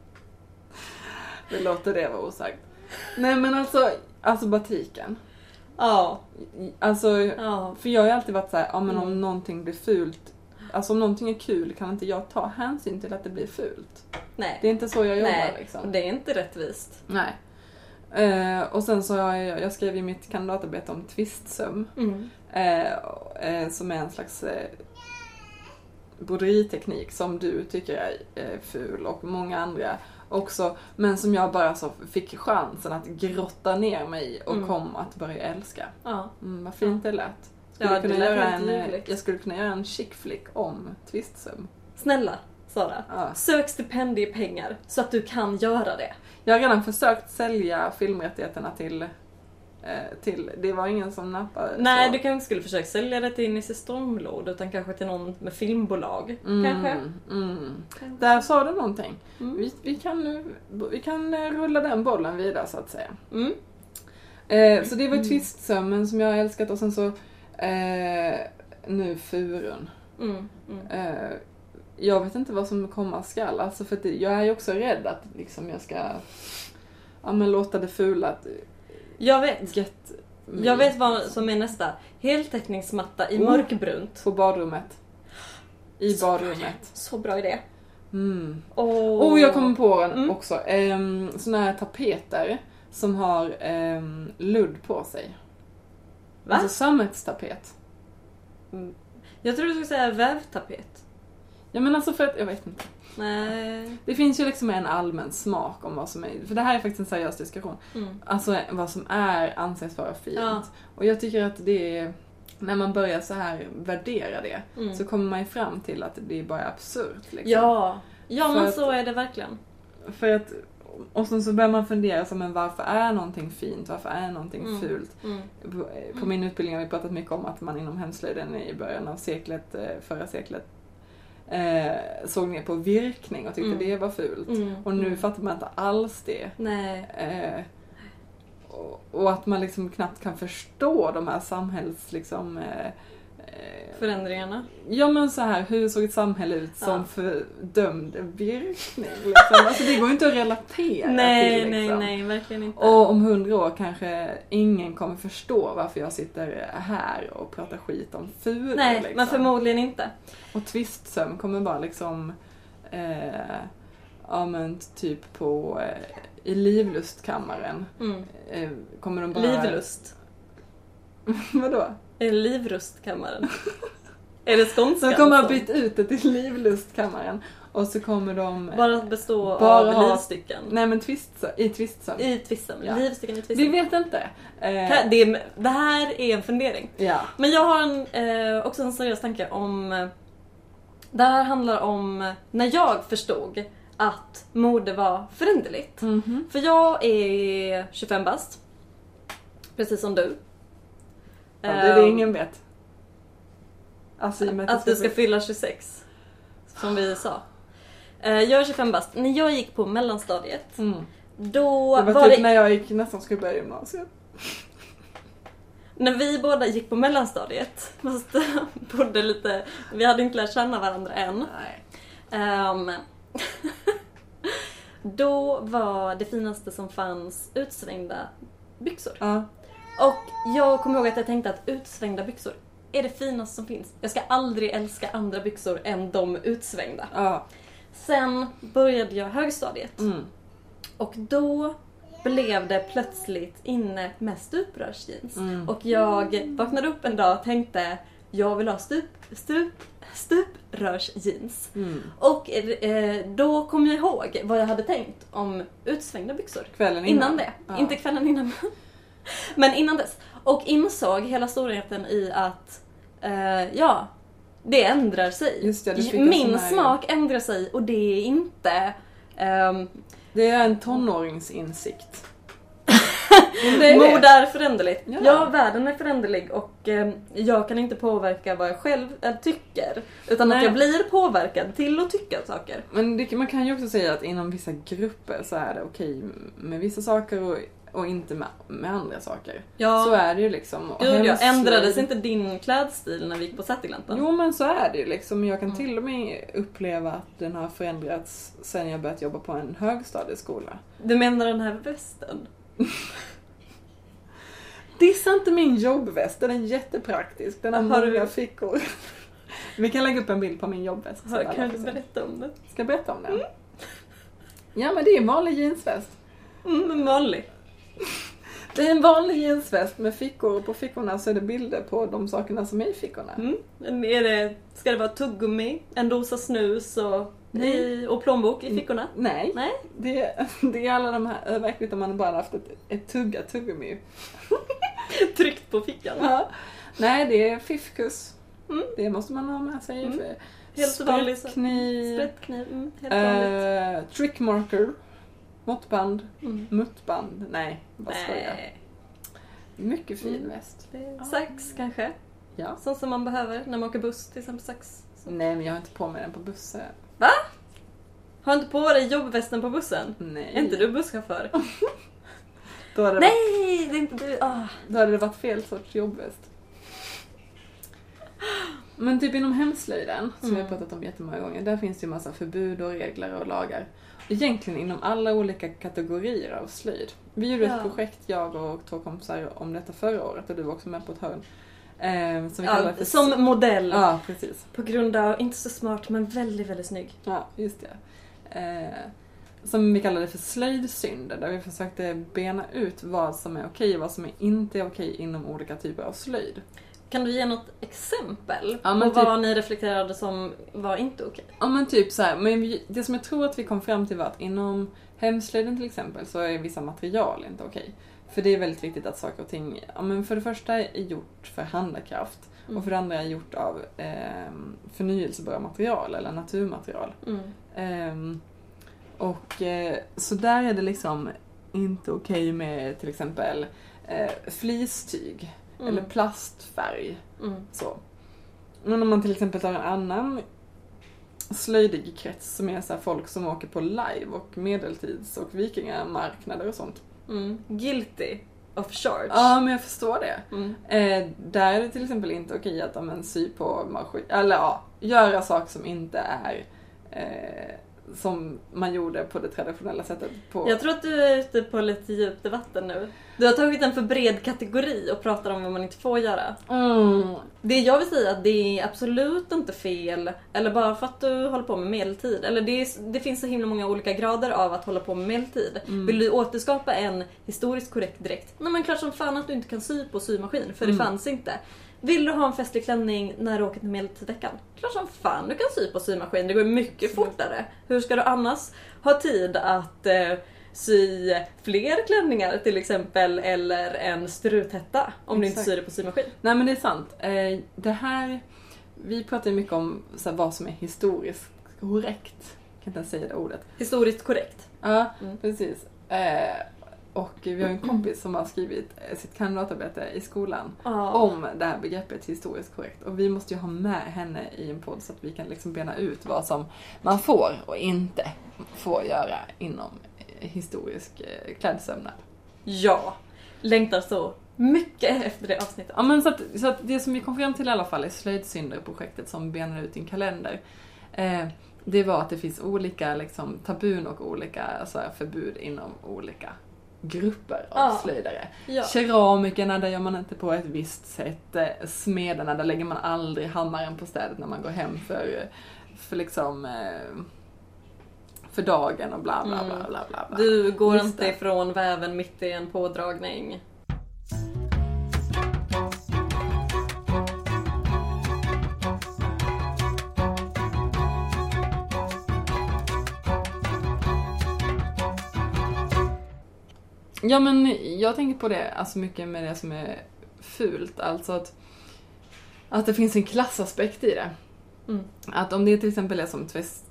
Det låter det vara osagt. Nej, men alltså batiken. Ja. Alltså, för jag har ju alltid varit så här, ja men om någonting blir fult, alltså om någonting är kul kan inte jag ta hänsyn till att det blir fult. Nej. Det är inte så jag jobbar. Nej, liksom. det är inte rättvist. Nej. Och sen så har jag skrev ju mitt kandidatarbete om tvistsöm. Som är en slags broderiteknik som du tycker är ful och många andra också. Men som jag bara så fick chansen att grotta ner mig och kom att börja älska. Ja. Vad fint det lät. Jag skulle kunna göra en chick flick om tvistsöm. Snälla, Sara. Ja. Sök stipendiepengar så att du kan göra det. Jag har redan försökt sälja filmrättigheterna till det var ingen som nappade. Nej, så. Du kanske skulle försöka sälja det till Nisse Stormlord utan kanske till någon med filmbolag. Kanske. Där sa du någonting. Vi kan rulla den bollen vidare så att säga. Så det var tvistsömmen som jag har älskat och sen så nu Furun. Jag vet inte vad som komma skall. Alltså för att jag är ju också rädd att liksom jag ska låta det fula. Jag vet vad som är nästa. Heltäckningsmatta i mörkbrunt. På badrummet. I badrummet. Så bra idé. Jag kommer på en också. Såna här tapeter som har ludd på sig. Va? Alltså sammetstapet. Jag tror du skulle säga vävtapet. Ja men alltså för att, jag vet inte. Nej. Det finns ju liksom en allmän smak om vad som är, för det här är faktiskt en seriös diskussion. Alltså vad som anses vara fint. Ja. Och jag tycker att det är, när man börjar så här värdera det så kommer man ju fram till att det är bara absurt liksom. Ja men så är det verkligen. För att, och så börjar man fundera så, men varför är någonting fint? Varför är någonting fult? På min utbildning har vi pratat mycket om att man inom hemslöjden i början av förra seklet såg ner på virkning och tyckte det var fult. Och nu fattar man inte alls det. Nej. Och att man liksom knappt kan förstå de här förändringarna. Ja men så här, hur såg ett samhälle ut som fördömde virkning? Liksom. Alltså det går ju inte att relatera till. Nej, verkligen inte. Och om 100 år kanske ingen kommer förstå varför jag sitter här och pratar skit om furu. Nej, liksom. men förmodligen inte. Och tvistsöm kommer bara liksom typ på i livlustkammaren. Kommer de bara... Livlust? Vadå? Livrustkammaren. Är det skånska? De kommer att byta ut det till livlustkammaren. Och så kommer de... Bara bestå av livstycken. Nej men i tvistsöm. I tvistsöm. Ja. Livstycken i tvistsöm. Vi vet inte. Det här är en fundering. Ja. Men jag har också en seriös tanke om... Det här handlar om när jag förstod att mode var föränderligt. För jag är 25 bast. Precis som du. Ja, det är det ingen vet. Alltså, att du ska fylla 26. Som vi sa. Jag är 25 bast. När jag gick på mellanstadiet. Då det var typ när jag gick nästan skulle börja gymnasiet. När vi båda gick på mellanstadiet. Bodde lite. Vi hade inte lärt känna varandra än. Nej. Då var det finaste som fanns utsvängda byxor. Ja. Och jag kommer ihåg att jag tänkte att utsvängda byxor är det finaste som finns. Jag ska aldrig älska andra byxor än de utsvängda. Ja. Sen började jag högstadiet. Och då blev det plötsligt inne med stuprörsjeans. Och jag vaknade upp en dag och tänkte jag vill ha stuprörsjeans. Och då kom jag ihåg vad jag hade tänkt om utsvängda byxor. Kvällen innan det. Ja. Inte kvällen innan. Men innan dess. Och insåg hela storheten i att det ändrar sig. Just det, min smak ändrar sig och det är inte... det är en tonåringsinsikt. Mode är föränderligt. Ja, världen är föränderlig och jag kan inte påverka vad jag själv tycker. Utan att jag blir påverkad till att tycka saker. Men man kan ju också säga att inom vissa grupper så är det okej med vissa saker och inte med andra saker. Ja. Så är det ju liksom. Ändrades inte din klädstil när vi gick på Sättergläntan? Jo men så är det ju liksom. Jag kan till och med uppleva att den har förändrats sen jag börjat jobba på en högstadieskola. Du menar den här västen? Dissa inte min jobbväst, den är jättepraktisk. Den har många fickor. Vi kan lägga upp en bild på min jobbväst. Kan du berätta om det? Ska jag berätta om den? Ja, men det är en vanlig jeansväst. En vanlig. Det är en vanlig jeansväst med fickor och på fickorna så är det bilder på de sakerna som är i fickorna. Ska det vara tuggummi, en dosa snus och plånbok i fickorna? Nej. Det är alla de här, verkligen om man bara haft ett tuggummi. Tryckt på fickan. Ja. Nej, det är fiffkus. Det måste man ha med sig. Helt vanligt. Sprättkniv. Helt vanligt. Trickmarker. Måttband. Muttband. Nej, vad skojar. Mycket fin väst. Sax kanske. Ja. Sånt som man behöver när man åker buss, till exempel sax. Nej, men jag har inte på mig den på bussen. Va? Har du inte på dig jobbvästen på bussen? Nej. Är inte du busschaufför? Det är inte du. Då hade det varit fel sorts jobbväst. Men typ inom hemslöjden, som vi har pratat om jättemånga gånger, där finns det ju massa förbud och regler och lagar. Egentligen inom alla olika kategorier av slöjd. Vi gjorde ett projekt, jag och 2 kompisar, om detta förra året och du var också med på ett hörn. Som, vi för som modell. Ja, precis. På grund av, inte så smart men väldigt, väldigt snygg. Ja, just det. Som vi kallade för slöjdsynder, där vi försökte bena ut vad som är okej och vad som är inte okej inom olika typer av slöjd. Kan du ge något exempel på typ, vad ni reflekterade som var inte okej? Ja, men typ så här, men det som jag tror att vi kom fram till var att inom hemslöjden till exempel så är vissa material inte okej. För det är väldigt viktigt att saker och ting, men för det första är gjort för handlarkraft och för det andra är gjort av förnyelsebara material eller naturmaterial. Så där är det liksom inte okej med till exempel flistyg eller plastfärg. Så. Men om man till exempel tar en annan slöjdig krets som är så här folk som åker på live och medeltids- och vikingamarknader och sånt. Guilty of charge. Ja, men jag förstår det. Där är det till exempel inte okej att sy på maskin, eller göra saker som inte är som man gjorde på det traditionella sättet. Jag tror att du är ute på lite djupt vatten nu. Du har tagit en för bred kategori och pratar om vad man inte får göra. Det jag vill säga är att det är absolut inte fel, eller bara för att du håller på med medeltid. Eller det finns så himla många olika grader av att hålla på med medeltid. Vill du återskapa en historiskt korrekt dräkt? Nej, men klart som fan att du inte kan sy på symaskin, för det fanns inte. Vill du ha en festlig klänning när du åker till medeltidsveckan? Klart som fan du kan sy på symaskin, det går mycket fortare. Hur ska du annars ha tid att sy fler klänningar till exempel, eller en struthätta om du inte syr det på symaskin? Nej, men det är sant. Det här, vi pratar ju mycket om så här, vad som är historiskt korrekt. Kan inte säga det ordet. Historiskt korrekt. Ja, precis. Och vi har en kompis som har skrivit sitt kandidatarbete i skolan om det här begreppet historiskt korrekt. Och vi måste ju ha med henne i en podd så att vi kan liksom bena ut vad som man får och inte får göra inom historisk klädsömnad. Ja, längtar så mycket efter det avsnittet. Ja, men så att det som vi kom fram till i alla fall är slöjdsynder-projektet som benar ut din kalender. Det var att det finns olika liksom, tabun och olika så här, förbud inom olika grupper av slöjdare. Ja. Keramikerna, där gör man inte på ett visst sätt. Smederna, där lägger man aldrig hammaren på städet när man går hem för liksom för dagen och bla bla bla bla bla. Du går inte ifrån väven mitt i en pådragning. Ja, men jag tänker på det alltså mycket med det som är fult. Alltså att det finns en klassaspekt i det. Att om det till exempel är som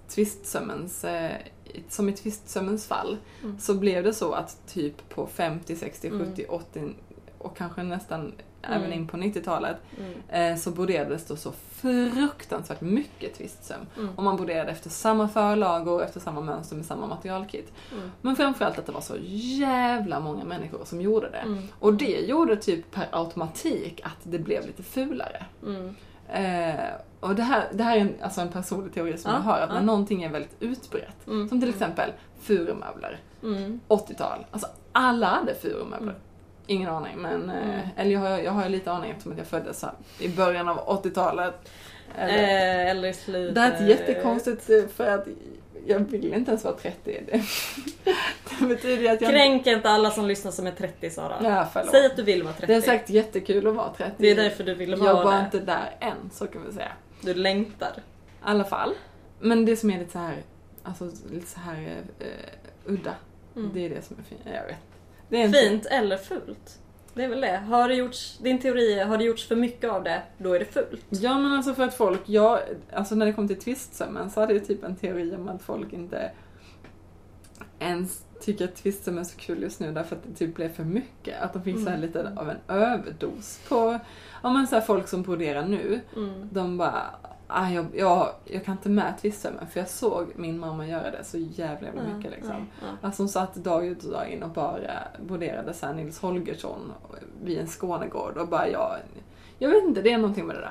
som i tvistsömmens fall, så blev det så att typ på 50, 60, 70, 80 och kanske nästan även in på 90-talet så broderades det så fruktansvärt mycket tvistsöm. Och man broderade efter samma förlagor, efter samma mönster med samma materialkit. Men framförallt att det var så jävla många människor som gjorde det. Och det gjorde typ per automatik att det blev lite fulare. Och det här är alltså en personlig teori som jag har, att när någonting är väldigt utbrett, som till exempel furumöbler, 80-tal, alltså alla hade furumöbler. Ingen aning, men eller jag har lite aning eftersom att jag föddes här i början av 80-talet. Eller i slutet. Det här är jättekonstigt för att jag vill inte ens vara 30. Det betyder att jag... Kränk inte alla som lyssnar som är 30, Sara. Ja, förlåt. Säg att du vill vara 30. Det är sagt jättekul att vara 30. Det är därför du vill vara jag var det. inte där än, så kan vi säga. Du längtar. I alla fall. Men det som är lite så här, alltså lite så här udda. Det är det som är fint. Jag vet. Det är fint eller fult? Det är väl det. Har det gjorts, din teori, har det gjorts för mycket av det, då är det fult. Ja, men alltså för att folk, alltså när det kom till tvistsömmen så hade jag typ en teori om att folk inte ens tycker att tvistsömmen är så kul just nu därför att det typ blev för mycket. Att de fick så här lite av en överdos på, om man säger folk som broderar nu, de bara, jag kan inte med tvistsömmen för jag såg min mamma göra det så jävla mycket liksom. Alltså hon satt dag ut och dag in och bara broderade så här Nils Holgersson vid en Skånegård och bara jag vet inte, det är någonting med det där.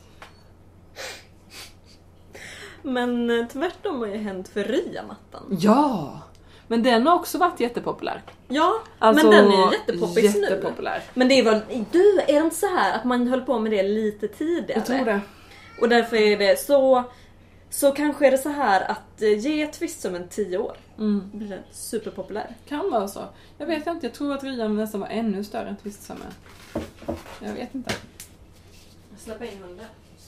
Men tvärtom har ju hänt för Ryamattan. Ja! Men den har också varit jättepopulär. Ja, alltså, men den är ju jättepoppis nu. Jättepopulär. Men det var, är det inte så här att man höll på med det lite tidigare? Jag tror det. Och därför är det så kanske är det så här att ge tvistsömmen 10 år. Blir det superpopulär. Kan vara så. Jag vet inte, jag tror att Ryan nästan var ännu större än tvistsömmen. Jag vet inte. Släppa in hunden.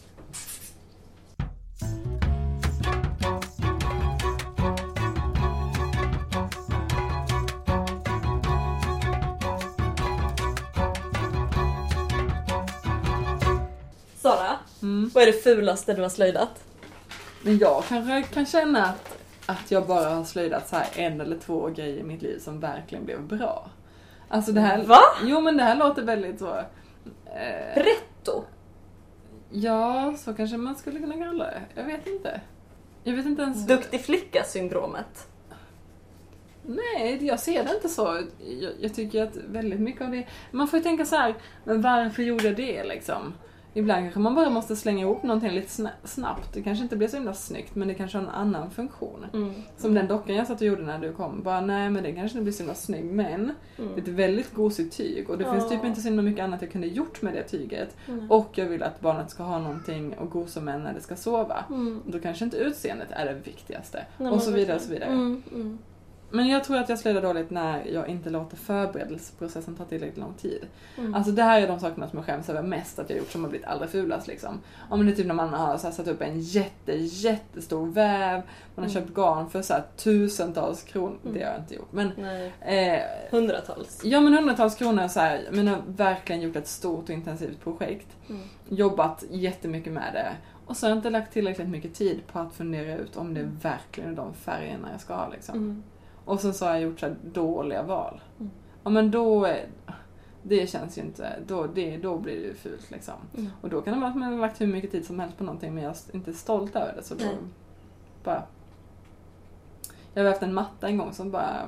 Sara, vad är det fulaste du har slöjdat? Men jag kanske kan känna att jag bara har slöjdat så här 1 eller 2 grejer i mitt liv som verkligen blev bra. Alltså det här... Va? Jo, men det här låter väldigt så... Pretto? Ja, så kanske man skulle kunna kalla det. Jag vet inte. Jag vet inte ens... Duktig flicka-syndromet? Nej, jag ser det inte så. Jag tycker att väldigt mycket av det... Man får ju tänka så här, men varför gjorde jag det liksom? Ibland kanske man bara måste slänga ihop någonting lite snabbt. Det kanske inte blir så himla snyggt, men det kanske har en annan funktion. Som den dockan jag satt och gjorde när du kom. Bara, nej, men det kanske inte blir så himla snygg, men det är ett väldigt gosigt tyg. Och det finns typ inte så himla mycket annat jag kunde gjort med det tyget. Och jag vill att barnet ska ha någonting att gosa med när det ska sova. Då kanske inte utseendet är det viktigaste. Och så vidare och så vidare. Men jag tror att jag slöjdar dåligt när jag inte låter förberedelseprocessen ta tillräckligt lång tid. Alltså det här är de sakerna som jag skäms över mest att jag gjort som har blivit allra fulast liksom. Om det är typ när man har så här satt upp en jättestor väv, man har köpt garn för så här tusentals kronor, det har jag inte gjort. Men, hundratals. Ja, men hundratals kronor så här, men jag har verkligen gjort ett stort och intensivt projekt. Jobbat jättemycket med det. Och så har jag inte lagt tillräckligt mycket tid på att fundera ut om det verkligen är de färgerna jag ska ha liksom. Och så har jag gjort så här dåliga val. Ja, men då det känns ju inte, då blir det ju fult liksom. Och då kan det vara att man har lagt hur mycket tid som helst på någonting, men jag är inte stolt över det, så då bara... Jag har haft en matta en gång som bara,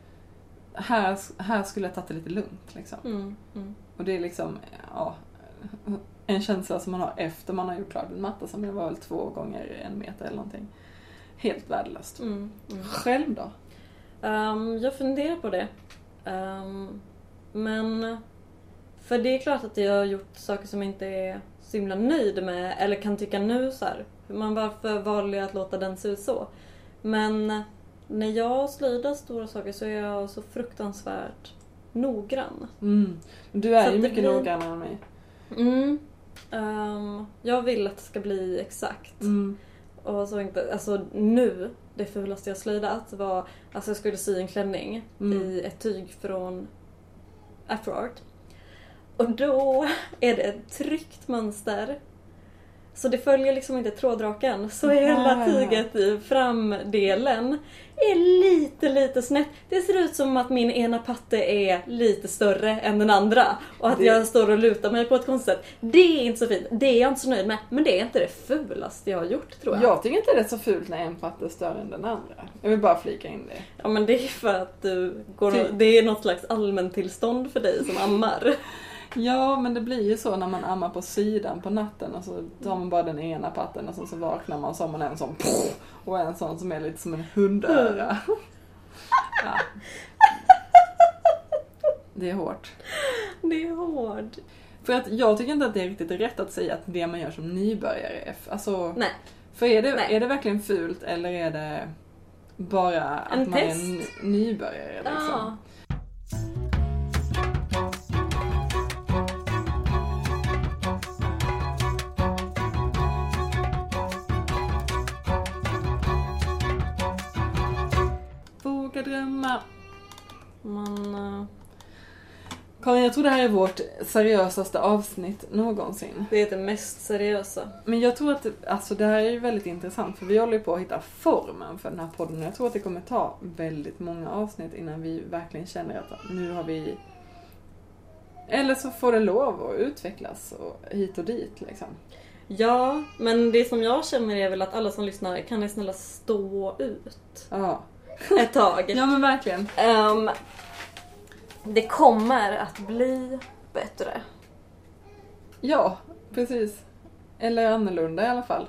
här skulle jag tagit det lite lugnt liksom. Och det är liksom, en känsla som man har efter man har gjort klart en matta som var väl 2 gånger 1 meter eller någonting. Helt värdelöst. Själv då? Jag funderar på det. Men för det är klart att jag har gjort saker som jag inte är så himla nöjd med, eller kan tycka nu så här. Varför valde jag att låta den se ut så? Men när jag slöjdar stora saker så är jag så fruktansvärt noggrann. Du är ju mycket noggrannare än mig. Jag vill att det ska bli exakt. Och så inte, alltså nu, det fulaste jag slöjdat var, alltså jag skulle sy en klänning i ett tyg från Afro Art. Och då är det ett tryckt mönster. Så det följer liksom inte trådraken. Så hela tyget i framdelen är lite snett. Det ser ut som att min ena patte är lite större än den andra. Och att jag står och lutar mig på ett konstigt sätt. Det är inte så fint. Det är jag inte så nöjd med. Men det är inte det fulaste jag har gjort, tror jag. Jag tycker inte det är så fult när en patte är större än den andra. Jag vill bara flika in det. Ja, men det är för att det är något slags allmäntillstånd för dig som ammar. Ja, men det blir ju så när man ammar på sidan på natten och så tar man bara den ena patten och så vaknar man som en sån och en sån som är lite som en hundöra. Ja. Det är hårt. det är hård. För att jag tycker inte att det är riktigt rätt att säga att det man gör som nybörjare är... Alltså, nej. För är det verkligen fult eller är det bara att man är en nybörjare liksom? Ja. Våga drömma. Karin, jag tror det här är vårt seriösaste avsnitt någonsin. Det är det mest seriösa. Men jag tror att alltså, det här är väldigt intressant. För vi håller på att hitta formen för den här podden. Jag tror att det kommer ta väldigt många avsnitt innan vi verkligen känner att nu har vi... Eller så får det lov att utvecklas och hit och dit liksom. Ja, men det som jag känner är väl att alla som lyssnar kan ni snälla stå ut. Ja. Ett tag. Ja men verkligen. Det kommer att bli bättre. Ja, precis. Eller annorlunda i alla fall.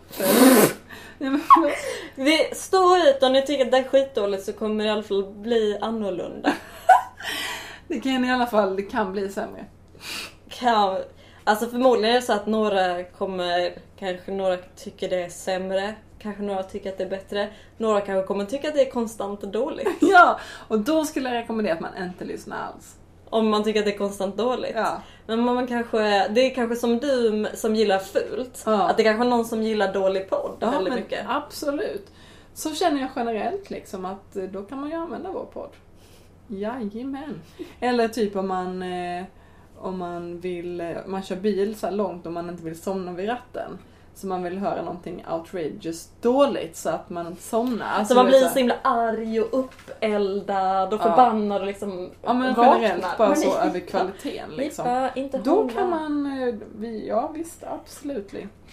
Vi står ut, om ni tycker att det är skitdåligt så kommer det i alla fall bli annorlunda. Det kan i alla fall, det kan bli sämre. Alltså förmodligen är det så att några kommer, kanske några tycker det är sämre. Kanske några tycker att det är bättre. Några kanske kommer tycka att det är konstant dåligt. Ja, och då skulle jag rekommendera att man inte lyssnar alls. Om man tycker att det är konstant dåligt. Ja. Men man kanske, det är kanske som du som gillar fult. Ja. Att det är kanske någon som gillar dålig podd Ja, väldigt men mycket. absolut. Så känner jag generellt liksom att då kan man ju använda vår podd. Jajamän. Eller typ om man vill, man kör bil så här långt och man inte vill somna vid ratten. Så man vill höra någonting outrageous dåligt så att man inte somnar. Alltså så man blir så himla arg och uppeldad och förbannad och liksom men vaknar. generellt bara så över kvaliteten liksom. Inte då hålla. kan man, ja visst, absolut.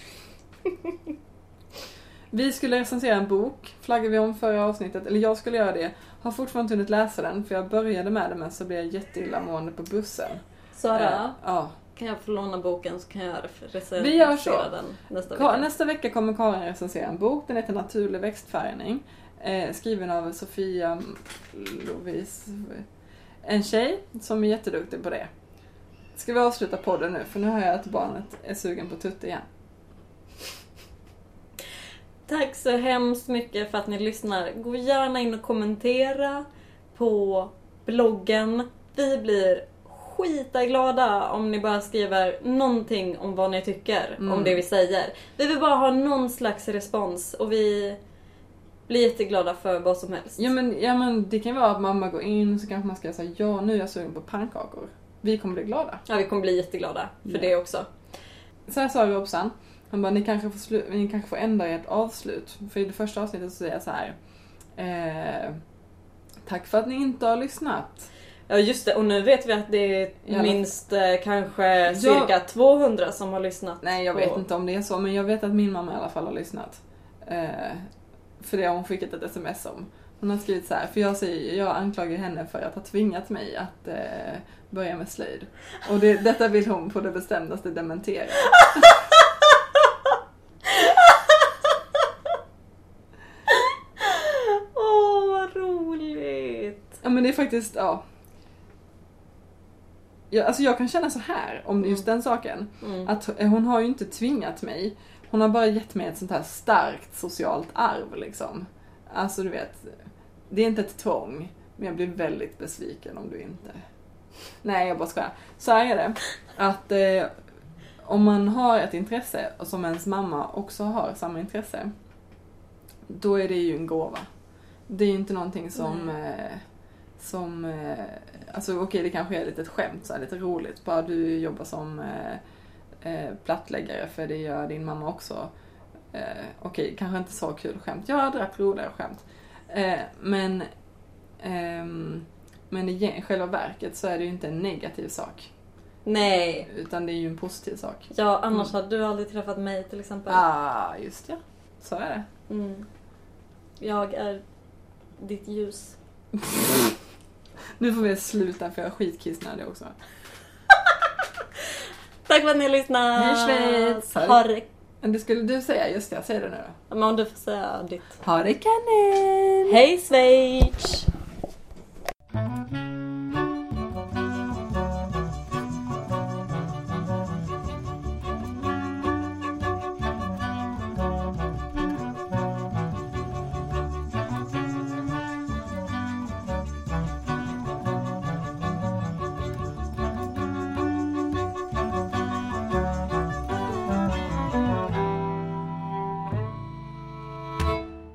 Vi skulle recensera en bok, flaggade vi om förra avsnittet, eller jag skulle göra det. Har fortfarande inte hunnit läsa den för jag började med den men så blev jag jätteillamående på bussen. Sara, ja. kan jag få låna boken så kan jag recensera vi gör så. Den nästa vecka. Nästa vecka kommer Karin recensera en bok, den heter Naturlig växtfärgning. Skriven av Sofia Lovise. En tjej som är jätteduktig på det. Ska vi avsluta podden nu för nu hör jag att barnet är sugen på tutt igen. Tack så hemskt mycket för att ni lyssnar. Gå gärna in och kommentera på bloggen. Vi blir skitaglada om ni bara skriver någonting om vad ni tycker om det vi säger. Vi vill bara ha någon slags respons och vi blir jätteglada för vad som helst. Ja men det kan vara att mamma går in så kanske man ska säga ja nu är jag sugen på pannkakor. Vi kommer bli glada. Ja, vi kommer bli jätteglada för det också. Så här sa Robsan. Han bara, ni kanske får ändra ert avslut. För i det första avsnittet så säger jag så här. Tack för att ni inte har lyssnat. Ja just det, och nu vet vi att det är minst kanske cirka 200 som har lyssnat. Nej, jag vet inte om det är så, men jag vet att min mamma i alla fall har lyssnat. För det har hon skickat ett sms om. Hon har skrivit så här, för jag anklagar henne för att ha tvingat mig att börja med slöjd. Och detta vill hon på det bestämdaste dementera. Vad roligt. Ja, men det är faktiskt, alltså jag kan känna så här om just den saken. Att hon har ju inte tvingat mig. Hon har bara gett mig ett sånt här starkt socialt arv liksom. Alltså du vet, det är inte ett tvång. Men jag blir väldigt besviken om du inte... Nej, jag bara skojar. Så här är det. Att om man har ett intresse och som ens mamma också har samma intresse. Då är det ju en gåva. Det är ju inte någonting som alltså okej, det kanske är lite ett skämt så här, lite roligt. Bara du jobbar som plattläggare för det gör din mamma också. Okej, kanske inte så kul skämt. Jag hade rätt roliga skämt. Men i själva verket så är det ju inte en negativ sak. Nej. Utan det är ju en positiv sak. Ja, annars hade du aldrig träffat mig till exempel. Just det. Så är det. Jag är ditt ljus. Nu får vi sluta för jag är skitkissnödig också. Tack för att ni lyssnar. Hej Schweiz. Det skulle du säga, just det, jag säger det nu då. Men om du får säga ditt. Ha det kanon. Hej Schweiz.